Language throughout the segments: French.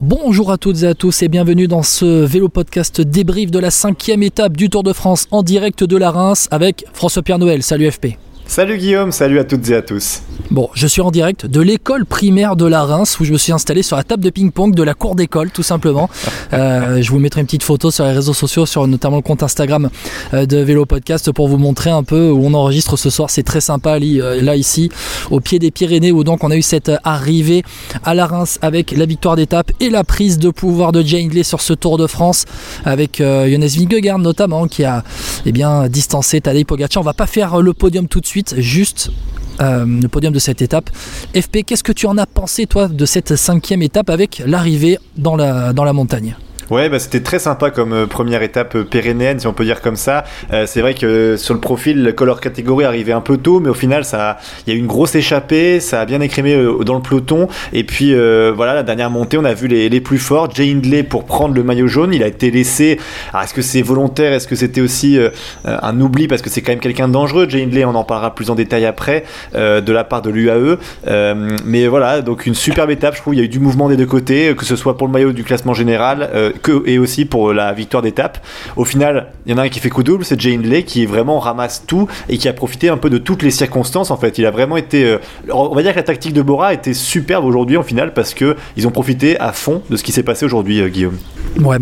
Bonjour à toutes et à tous et bienvenue dans ce vélo podcast débrief de la 5e étape du Tour de France en direct de la Reims avec François-Pierre Noël. Salut FP. Salut Guillaume, salut à toutes et à tous. Bon, je suis en direct de l'école primaire de la Reims où je me suis installé sur la table de ping-pong de la cour d'école tout simplement. Je vous mettrai une petite photo sur les réseaux sociaux, sur notamment le compte Instagram de Vélo Podcast pour vous montrer un peu où on enregistre ce soir. C'est très sympa là ici au pied des Pyrénées où donc on a eu cette arrivée à la Reims avec la victoire d'étape et la prise de pouvoir de Jay Hindley sur ce Tour de France avec Jonas Vingegaard notamment qui a distancé Tadej Pogacar. On va pas faire le podium tout de suite, juste le podium de cette étape. FP, qu'est-ce que tu en as pensé toi de cette 5e étape avec l'arrivée dans la montagne ? Ouais, c'était très sympa comme première étape pyrénéenne, si on peut dire comme ça. C'est vrai que sur le profil, le Color Category arrivait un peu tôt, mais au final, il y a eu une grosse échappée, ça a bien écrémé dans le peloton. Et puis la dernière montée, on a vu les plus forts. Jay Hindley pour prendre le maillot jaune, il a été laissé. Alors, est-ce que c'est volontaire ? Est-ce que c'était aussi un oubli ? Parce que c'est quand même quelqu'un de dangereux. Jay Hindley, on en parlera plus en détail après, de la part de l'UAE. Mais voilà, donc une superbe étape. Je trouve il y a eu du mouvement des deux côtés, que ce soit pour le maillot du classement général, et aussi pour la victoire d'étape. Au final, il y en a un qui fait coup double, c'est Jay Hindley qui vraiment ramasse tout et qui a profité un peu de toutes les circonstances en fait. Il a vraiment été, on va dire que la tactique de Bora était superbe aujourd'hui en final parce que ils ont profité à fond de ce qui s'est passé aujourd'hui, Guillaume. Ouais,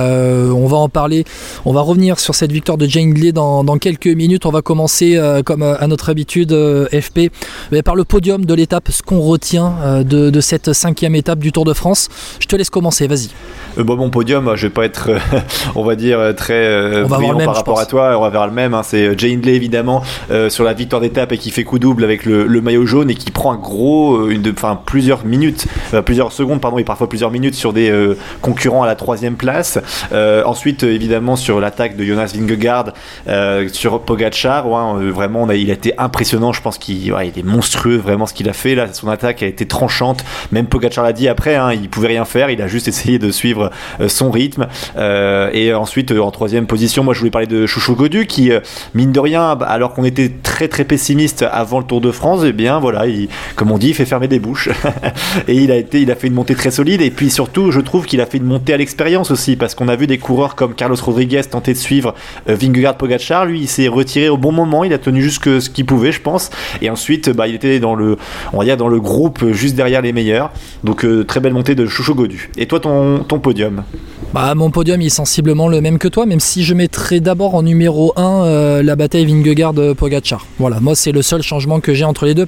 on va en parler, on va revenir sur cette victoire de Jay Hindley dans quelques minutes. On va commencer comme à notre habitude FP par le podium de l'étape, ce qu'on retient de cette 5e étape du Tour de France. Je te laisse commencer, vas-y. Mon podium, je vais pas être on va dire très brillant par rapport à toi, on va vers le même, hein. C'est Jay Hindley évidemment sur la victoire d'étape et qui fait coup double avec le maillot jaune et qui prend un gros plusieurs secondes et parfois plusieurs minutes sur des concurrents à la 3e place. Ensuite évidemment sur l'attaque de Jonas Vingegaard sur Pogacar, vraiment il a été impressionnant. Je pense qu'il est monstrueux vraiment ce qu'il a fait là. Son attaque a été tranchante, même Pogacar l'a dit après, il pouvait rien faire, il a juste essayé de suivre son rythme. Et ensuite en 3e position, moi je voulais parler de Choucho Gaudu qui mine de rien, alors qu'on était très très pessimiste avant le Tour de France, comme on dit, il fait fermer des bouches et il a fait une montée très solide. Et puis surtout je trouve qu'il a fait une montée à l'expérience aussi, parce qu'on a vu des coureurs comme Carlos Rodriguez tenter de suivre Vingegaard Pogacar. Lui il s'est retiré au bon moment, il a tenu jusque ce qu'il pouvait je pense, et ensuite il était dans le groupe juste derrière les meilleurs. Donc très belle montée de Choucho Gaudu. Et toi ton podium? Mon podium il est sensiblement le même que toi, même si je mettrais d'abord en numéro 1 la bataille Vingegaard-Pogacar. Voilà, moi c'est le seul changement que j'ai entre les deux.